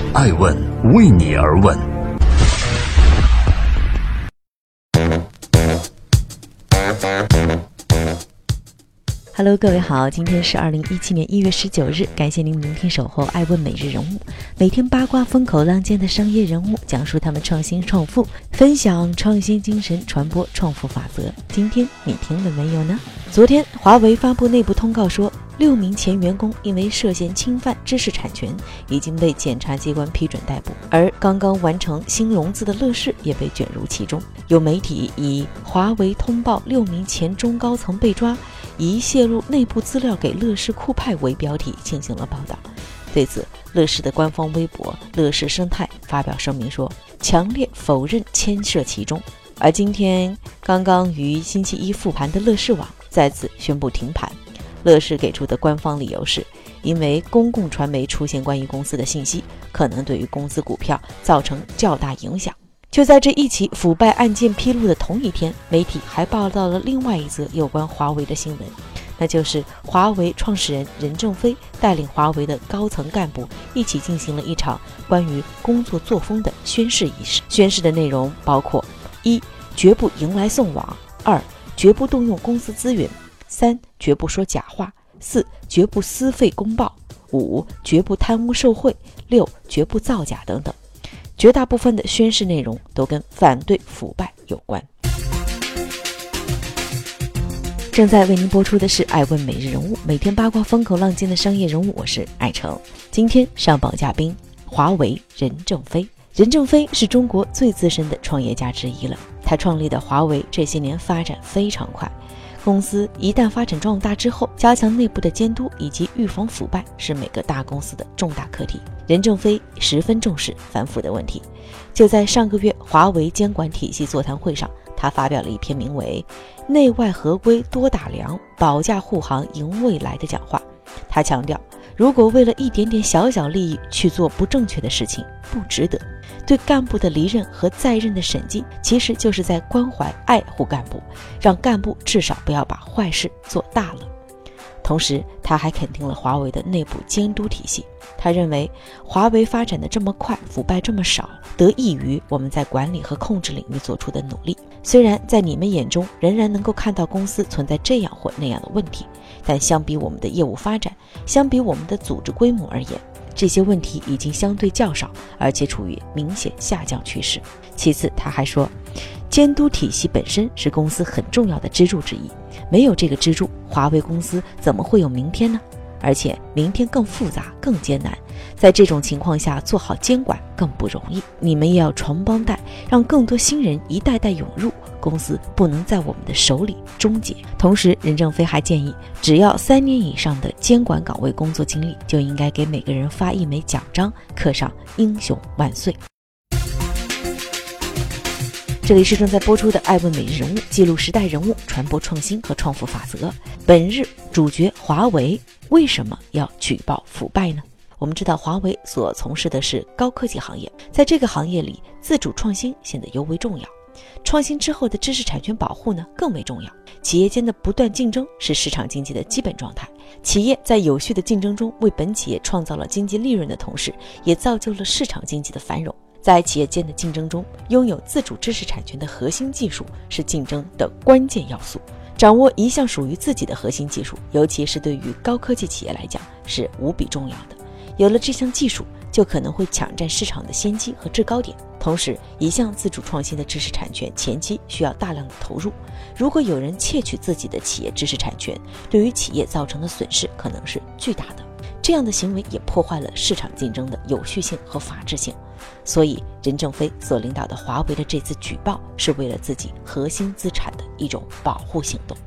爱问为你而问。 Hello， 各位好，今天是2017年1月19日，感谢您聆听守候爱问每日人物，每天八卦风口浪尖的商业人物，讲述他们创新创富，分享创新精神，传播创富法则。今天你听了没有呢？昨天华为发布内部通告说，6名前员工因为涉嫌侵犯知识产权，已经被检察机关批准逮捕，而刚刚完成新融资的乐视也被卷入其中。有媒体以华为通报6名前中高层被抓，以泄露内部资料给乐视酷派为标题进行了报道。对此，乐视的官方微博乐视生态发表声明说，强烈否认牵涉其中。而今天刚刚于星期一复盘的乐视网再次宣布停盘。乐视给出的官方理由是，因为公共传媒出现关于公司的信息，可能对于公司股票造成较大影响。就在这一起腐败案件披露的同一天，媒体还报道了另外一则有关华为的新闻，那就是华为创始人任正非带领华为的高层干部一起进行了一场关于工作作风的宣誓仪式。宣誓的内容包括：1. 绝不迎来送往；2. 绝不动用公司资源；3. 绝不说假话；4. 绝不私废公报；5. 绝不贪污受贿；6. 绝不造假等等。绝大部分的宣誓内容都跟反对腐败有关。正在为您播出的是爱问每日人物，每天八卦风口浪尖的商业人物，我是爱成。今天上榜嘉宾华为任正非。任正非是中国最资深的创业家之一了，他创立的华为这些年发展非常快，公司一旦发展壮大之后，加强内部的监督以及预防腐败是每个大公司的重大课题。任正非十分重视反腐的问题，就在上个月华为监管体系座谈会上，他发表了一篇名为《内外合规多打量，保驾护航赢未来》的讲话。他强调，如果为了一点点小小利益去做不正确的事情，不值得。对干部的离任和在任的审计，其实就是在关怀爱护干部，让干部至少不要把坏事做大了。同时他还肯定了华为的内部监督体系，他认为华为发展的这么快，腐败这么少，得益于我们在管理和控制领域做出的努力。虽然在你们眼中仍然能够看到公司存在这样或那样的问题，但相比我们的业务发展，相比我们的组织规模而言，这些问题已经相对较少，而且处于明显下降趋势。其次他还说，监督体系本身是公司很重要的支柱之一，没有这个支柱，华为公司怎么会有明天呢？而且明天更复杂更艰难，在这种情况下做好监管更不容易，你们也要传帮带，让更多新人一代代涌入，公司不能在我们的手里终结。同时任正非还建议，只要3年以上的监管岗位工作经历，就应该给每个人发1枚奖章，刻上英雄万岁。这里是正在播出的爱问每日人物，记录时代人物，传播创新和创富法则。本日主角华为为什么要举报腐败呢？我们知道华为所从事的是高科技行业，在这个行业里，自主创新显得尤为重要。创新之后的知识产权保护呢，更为重要。企业间的不断竞争是市场经济的基本状态。企业在有序的竞争中，为本企业创造了经济利润的同时，也造就了市场经济的繁荣。在企业间的竞争中，拥有自主知识产权的核心技术是竞争的关键要素。掌握一项属于自己的核心技术，尤其是对于高科技企业来讲，是无比重要的。有了这项技术，就可能会抢占市场的先机和制高点。同时，一项自主创新的知识产权前期需要大量的投入，如果有人窃取自己的企业知识产权，对于企业造成的损失可能是巨大的。这样的行为也破坏了市场竞争的有序性和法治性。所以任正非所领导的华为的这次举报，是为了自己核心资产的一种保护行动。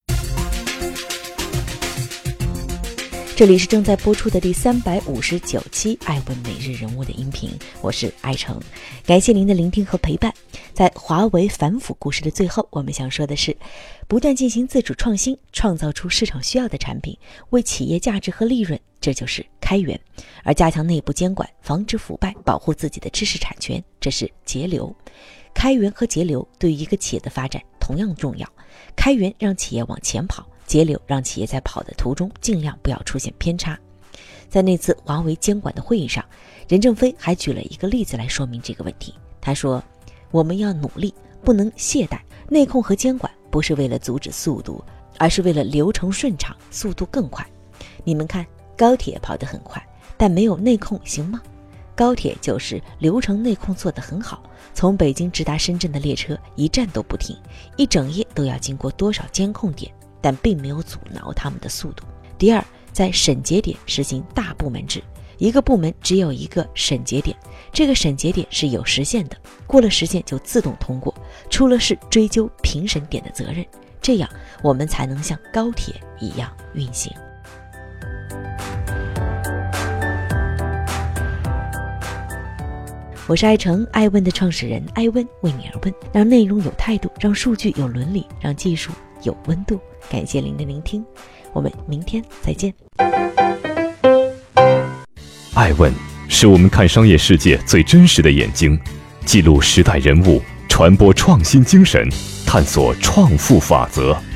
这里是正在播出的第359期爱问每日人物的音频，我是爱成，感谢您的聆听和陪伴。在华为反腐故事的最后，我们想说的是，不断进行自主创新，创造出市场需要的产品，为企业价值和利润，这就是开源；而加强内部监管，防止腐败，保护自己的知识产权，这是节流。开源和节流对于一个企业的发展同样重要，开源让企业往前跑，节流让企业在跑的途中尽量不要出现偏差。 在那次华为监管的会议上，任正非还举了一个例子来说明这个问题。他说，我们要努力，不能懈怠，内控和监管不是为了阻止速度，而是为了流程顺畅，速度更快。你们看，高铁跑得很快，但没有内控行吗？高铁就是流程内控做得很好，从北京直达深圳的列车一站都不停，一整夜都要经过多少监控点，但并没有阻挠他们的速度。第二，在审节点实行大部门制，一个部门只有一个审节点，这个审节点是有时限的，过了时限就自动通过，出了事追究评审点的责任，这样我们才能像高铁一样运行。我是爱成，爱问的创始人，爱问为你而问，让内容有态度，让数据有伦理，让技术有温度。感谢您的聆听，我们明天再见。 爱问是我们看商业世界最真实的眼睛，记录时代人物，传播创新精神，探索创富法则。